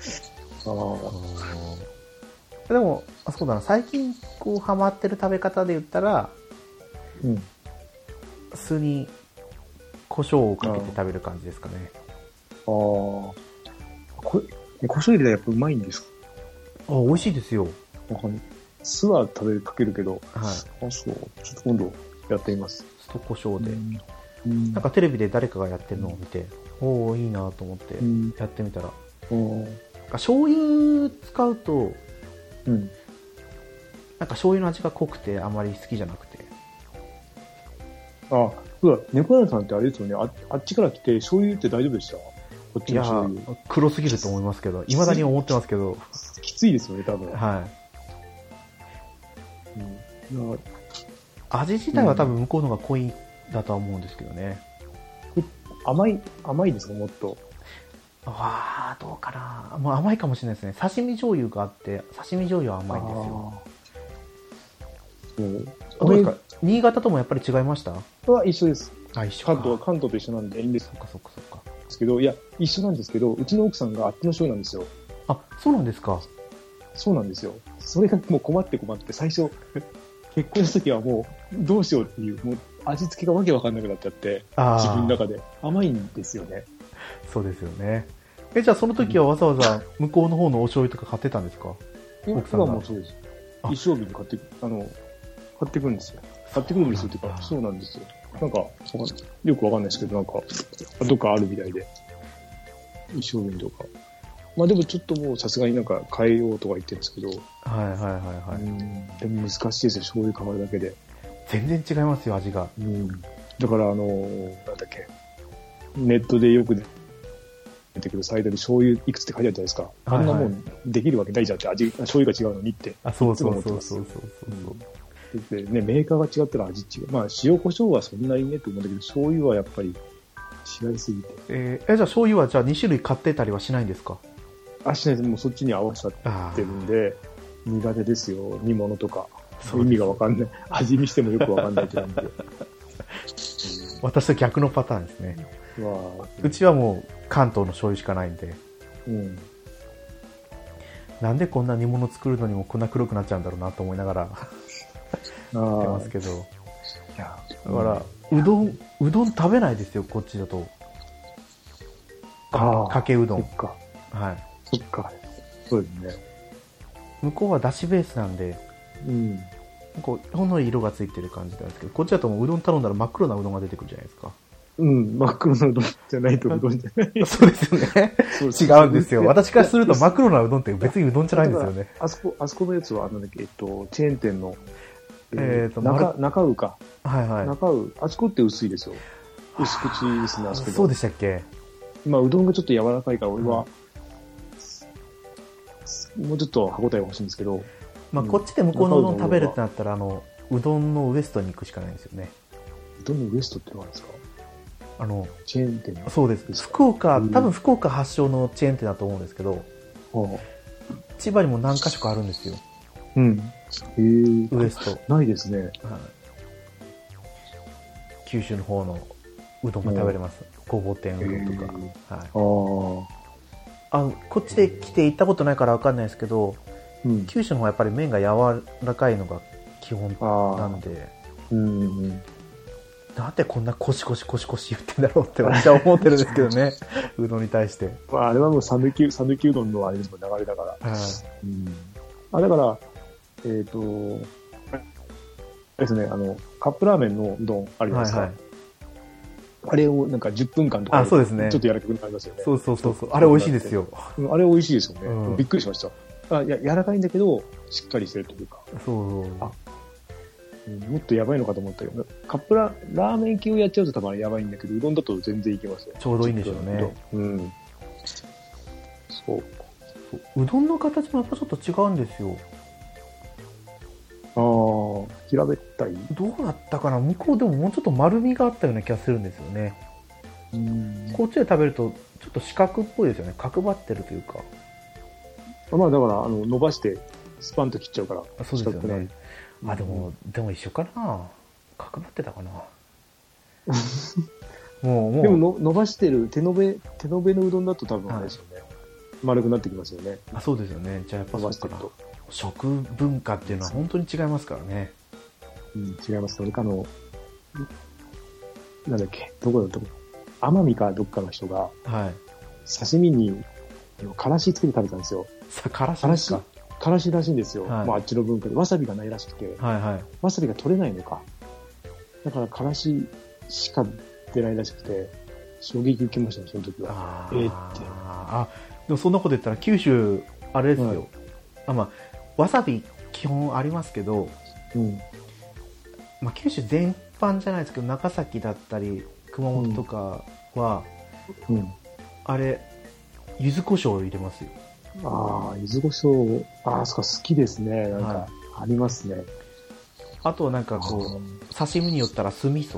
でもそうだな、最近こうハマってる食べ方で言ったら、普通に胡椒をかけて食べる感じですかね。 胡椒入れたらやっぱうまいんですか？ 美味しいですよ。 酢はかけるけど、そう。ちょっと今度やってみます。 酢と胡椒で。なんかテレビで誰かがやってるのを見て、いいなと思ってやってみたら。醤油使うと、なんか醤油の味が濃くてあまり好きじゃなくて。 そうだ、猫屋さんってあれですよね。あっちから来て醤油って大丈夫でした？こっちの醤油。 黒すぎると思いますけど、未だに思ってますけど。 きついですよね、多分。 味自体は多分向こうの方が濃いだとは思うんですけどね。 甘いですか、もっと。 どうかな。もう甘いかもしれないですね。刺身醤油があって、刺身醤油は甘いんですよ。どうですか？新潟ともやっぱり違いました？ 一緒です。 一緒か。 関東と一緒なんでいいんです。 そっか。 ですけど、いや、一緒なんですけど、うちの奥さんがあっちの醤油なんですよ。 そうなんですか。 そうなんですよ。それがもう困って最初、結婚した時はもう、どうしようっていう、もう味付けがわけわかんなくなっちゃって、自分の中で。甘いんですよね。 そうですよね。じゃあその時はわざわざ向こうの方のお醤油とか買ってたんですか？ 奥さんがもうそうです。一升瓶で買ってくるんですよ。買ってくるんですよっていうか、そうなんですよ。なんか、よくわかんないですけど、なんか、どっかあるみたいで。一升瓶とか。 まあでもちょっともうさすがになんか変えようとか言ってるんですけど。はいはいはいはい。 でも難しいですよ、醤油変わるだけで。 全然違いますよ、味が。 だからなんだっけ、ネットでよく出てくるサイトで醤油いくつって書いてあるじゃないですか。あんなもんできるわけないじゃんって、醤油が違うのにって。 そうそうそうそう。 でね、メーカーが違ったら味違う。まあ塩コショウはそんなにねと思うんだけど、醤油はやっぱり違いすぎて。 じゃあ醤油はじゃあ2種類買ってたりはしないんですか？ しないです。もうそっちに合わせちゃってるんで、苦手ですよ、煮物とか。意味がわかんない。味見してもよくわかんないって感じで。 私と逆のパターンですね。うちはもう関東の醤油しかないんで。なんでこんな煮物作るのにもこんな黒くなっちゃうんだろうなと思いながらやってますけど。だからうどん食べないですよ、こっちだと。かけうどん。 そっか。 はい。 そっか。そうですね。 向こうはだしベースなんで、こうほんのり色がついてる感じなんですけど、こっちだともううどん頼んだら真っ黒なうどんが出てくるじゃないですか。 真っ黒なうどんじゃないとうどんじゃない。 そうですよね。違うんですよ。私からすると真っ黒なうどんって別にうどんじゃないんですよね。 あそこのやつはなんだっけ、チェーン店の、中尾か。 はいはい。 中尾、あそこって薄いですよ。薄口ですね、あそこ。 そうでしたっけ？ まあ、うどんがちょっと柔らかいから、俺は、もうちょっと歯応えが欲しいんですけど。 まあ、こっちで向こうのうどん食べるってなったら、うどんのウエストに行くしかないんですよね。 うどんのウエストってのはですか？チェーン店。 そうです。多分福岡発祥のチェーン店だと思うんですけど、千葉にも何か所かあるんですよ。ウエスト。 ないですね。 九州の方のうどんが食べれます。ごぼう天うどんとか。こっちで来て行ったことないから分かんないですけど、九州の方はやっぱり麺が柔らかいのが基本なんで、なんでこんなコシコシ言ってんだろうって私は思ってるんですけどね。うどんに対して。 あれはもう讃岐うどんのあれですもん、流れだから。だから、ですね、カップラーメンのうどんあるじゃないですか。あれをなんか10分間とか、 そうですね。 ちょっと柔らかくなりますよね。 そう。あれ美味しいですよ。 あれ美味しいですよね。びっくりしました。柔らかいんだけど、しっかりしてるというか。もっとやばいのかと思ったけど、カップラーメン系をやっちゃうと多分やばいんだけど、うどんだと全然いけますよ。 ちょうどいいんでしょうね。 そう。 うどんの形もやっぱちょっと違うんですよ。 平べったい？ どうだったかな、向こうでももうちょっと丸みがあったような気がするんですよね。こっちで食べるとちょっと四角っぽいですよね。角張ってるというか。 まあだから伸ばしてスパンと切っちゃうから。 そうですよね。でも一緒かな。角張ってたかな。もうでも伸ばしてる手延べのうどんだと多分あれですよね。丸くなってきますよね。 そうですよね。じゃあやっぱそうかな。食文化っていうのは本当に違いますからね。 違います。俺なんだっけ、どこだったか。奄美かどっかの人が、刺身にからしつけて食べたんですよ。 からしですか？ からしらしいんですよ。あっちの文化で。わさびがないらしくて。わさびが取れないのか。だからからししか出ないらしくて、衝撃受けましたね、その時は。って。 でもそんなこと言ったら九州、あれですよ。わさび基本ありますけど、九州全般じゃないですけど、長崎だったり熊本とかは、あれ柚子胡椒を入れますよ。 柚子胡椒、そっか、好きですね。なんかありますね。 あとなんかこう刺身によったら酢味噌。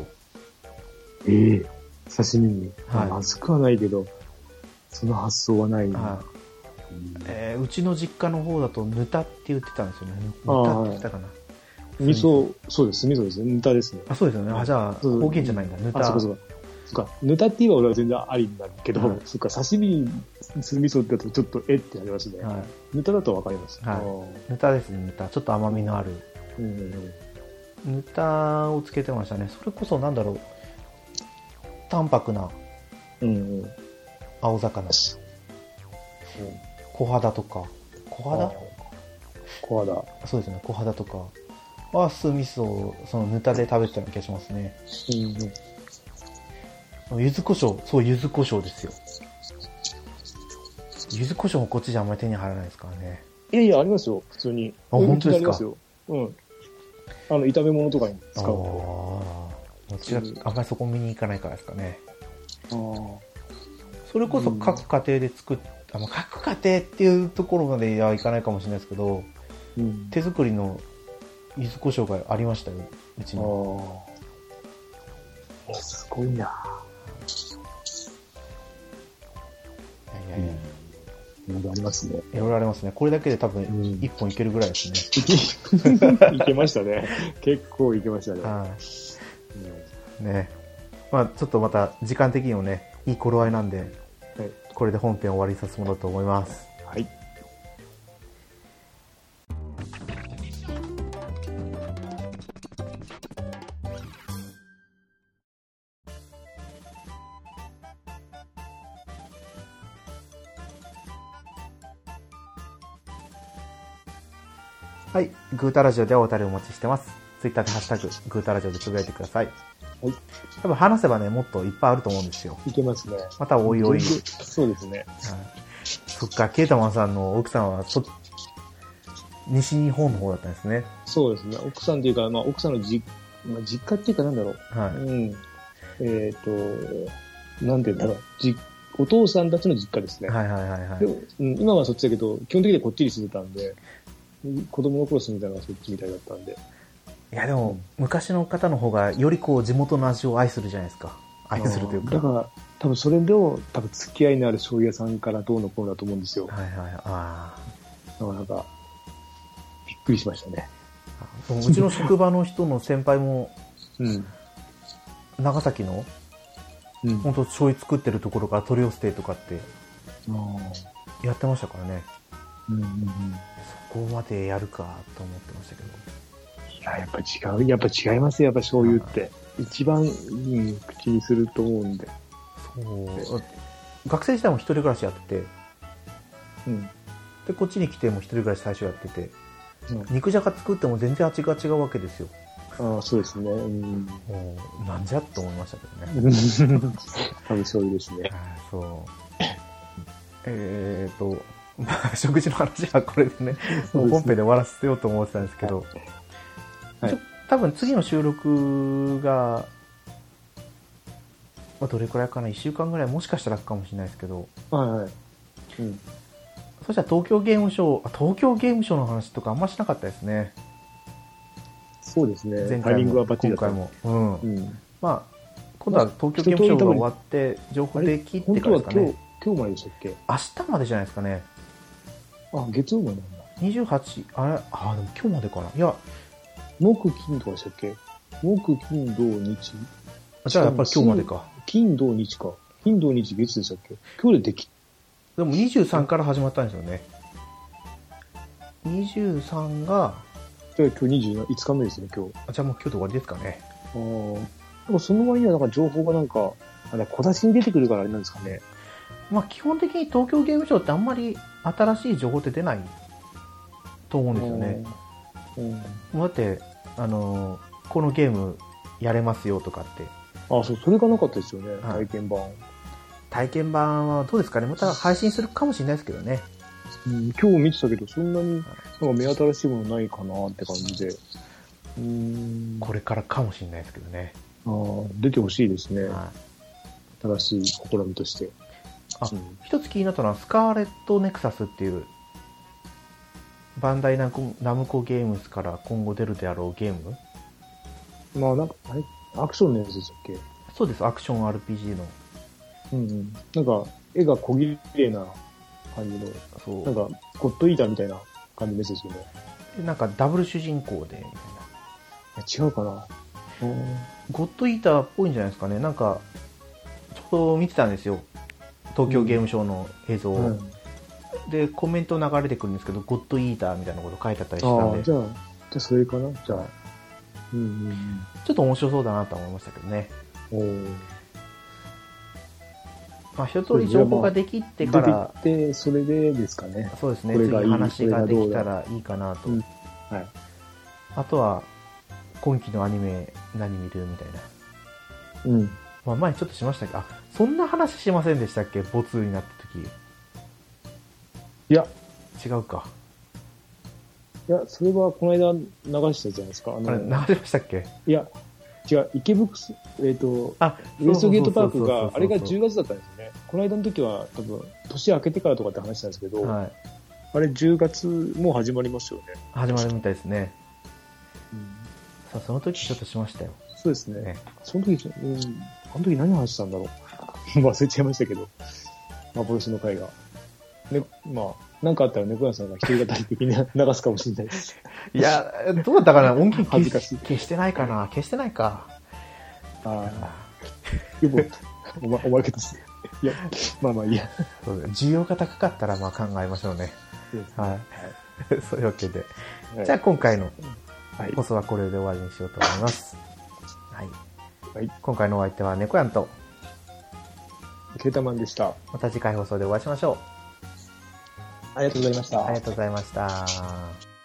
刺身に。まずくはないけど、その発想はないな。 うちの実家の方だとぬたって言ってたんですよね。ぬたって言ったかな。 味噌、そうです、味噌ですね。ぬたですね。 そうですよね。じゃあ方言じゃないんだ。ぬた。 そうか。ぬたって言えば俺は全然ありなんだけど、そっか、刺身に酢味噌だとちょっとってなりますね。ぬただとわかります。 ぬたですね、ぬた。ちょっと甘みのある。ぬたをつけてましたね。それこそなんだろう。淡白な青魚。小肌とか。小肌そうですね、小肌とかは酢味噌をそのぬたで食べてたような気がしますね。柚子胡椒、そう、柚子胡椒ですよ。 柚子胡椒もこっちじゃあんまり手に入らないですからね。 いやいや、ありますよ、普通に。 あ、本当ですか？ありますよ。うん。炒め物とかに使うので。こっちがあんまりそこ見に行かないからですかね。 ああ。 それこそ各家庭で作っ、各家庭っていうところまではいかないかもしれないですけど、手作りの柚子胡椒がありましたよ、うちに。 すごいな。いやいやいや。 いろいろありますね。 いろいろありますね。これだけで多分1本いけるぐらいですね。 いけましたね。結構いけましたね。はい。 ね。まあちょっとまた時間的にもね、いい頃合いなんで、はい、これで本編終わりさせてもらおうと思います。 はい。 はい。グータラジオではお便りお待ちしてます。ツイッターでハッシュタグ、グータラジオでつぶやいてください。 はい。 多分話せばね、もっといっぱいあると思うんですよ。 いけますね。 またおいおい。 そうですね。 そっか、ケータマンさんの奥さんは西日本の方だったんですね。 そうですね。奥さんっていうか、奥さんの実家っていうかなんだろう。はい。なんて言うんだろう。お父さんたちの実家ですね。 はいはいはいはい。 今はそっちだけど、基本的にはこっちに住んでたんで、子供の頃住んでたのはそっちみたいだったんで。 いやでも、昔の方の方がよりこう地元の味を愛するじゃないですか。愛するというか。 だから、多分それで多分付き合いのある醤油屋さんからどうのこうのだと思うんですよ。 はいはい。ああ。なんか、びっくりしましたね。 うちの職場の人の先輩も、長崎の、本当醤油作ってるところから取り寄せてとかって、やってましたからね。そこまでやるかと思ってましたけど。 いや、やっぱ違う。やっぱ違いますよ、やっぱ醤油って。一番、口にすると思うんで。 そう。学生時代も一人暮らしやってて、で、こっちに来ても一人暮らし最初やってて、肉じゃが作っても全然味が違うわけですよ。 ああ、そうですね。 なんじゃと思いましたけどね。 多分醤油ですね。 そう。食事の話はこれでね、本編で終わらせようと思ってたんですけど、多分次の収録が、どれくらいかな、1週間ぐらいもしかしたらかもしれないですけど、そしたら東京ゲームショウの話とかあんましなかったですね。 そうですね。 前回も今回も。まあ、今度は東京ゲームショウが終わって、情報で切ってからですかね。 今日まででしたっけ？ 明日までじゃないですかね。 月曜までなんだ。 28、でも今日までかな。いや、 木、金とかでしたっけ？木、金、土、日。 じゃあやっぱり今日までか。 金、土、日か。金、土、日、月でしたっけ？今日ででも23から始まったんですよね。23が、 じゃあ今日5日目ですね、今日。 じゃあもう今日で終わりですかね。 でもその割にはなんか情報がなんか、小出しに出てくるからあれなんですかね。 まあ基本的に東京ゲームショウってあんまり新しい情報って出ないと思うんですよね。だって、このゲームやれますよとかって。 それがなかったですよね、体験版。 体験版はどうですかね、また配信するかもしれないですけどね。 今日見てたけど、そんなになんか目新しいものないかなって感じで。 これからかもしれないですけどね。 出てほしいですね。新しい試みとして。 一つ気になったのは、スカーレットネクサスっていう、バンダイナムコゲームズから今後出るであろうゲーム？ なんか、アクションのやつでしたっけ？ そうです、アクション RPG の。 なんか、絵が小綺麗な感じの、なんか、ゴッドイーターみたいな感じですよね。 なんか、ダブル主人公で、みたいな。違うかな。 ゴッドイーターっぽいんじゃないですかね。なんか、ちょっと見てたんですよ。東京ゲームショウの映像を。で、コメント流れてくるんですけど、ゴッドイーターみたいなこと書いてあったりしたんで。 じゃあそれかな。じゃあ。 ちょっと面白そうだなと思いましたけどね。一通り情報ができてから、 出てきて、それでですかね。 そうですね。次話ができたらいいかなと。あとは、今期のアニメ何見るみたいな。前ちょっとしましたけど、そんな話しませんでしたっけ？ボツになった時。 いや、 違うか。 いや、それはこの間流したじゃないですか。 あれ、流れましたっけ？ いや、違う、池袋、ウエストゲートパークが、あれが10月だったんですよね。この間の時は多分、年明けてからとかって話したんですけど、はい、あれ10月もう始まりますよね。 始まるみたいですね。さあ、その時ちょっとしましたよ。 そうですね。その時、あの時何話したんだろう。忘れちゃいましたけど、幻の回が。ね、まあ、なんかあったら猫屋さんが一人語り的に流すかもしれないです。 いや、どうだったかな、音源消してないかな、消してないか。 ああ。でも、おまけとして。いや、まあまあいいや。 需要が高かったらまあ考えましょうね。はい。はい、そういうわけで。はい、じゃあ今回の放送はこれで終わりにしようと思います。はい。はい、今回のお相手は猫やんと、 ケータマンでした。 また次回放送でお会いしましょう。 ありがとうございました。 ありがとうございました。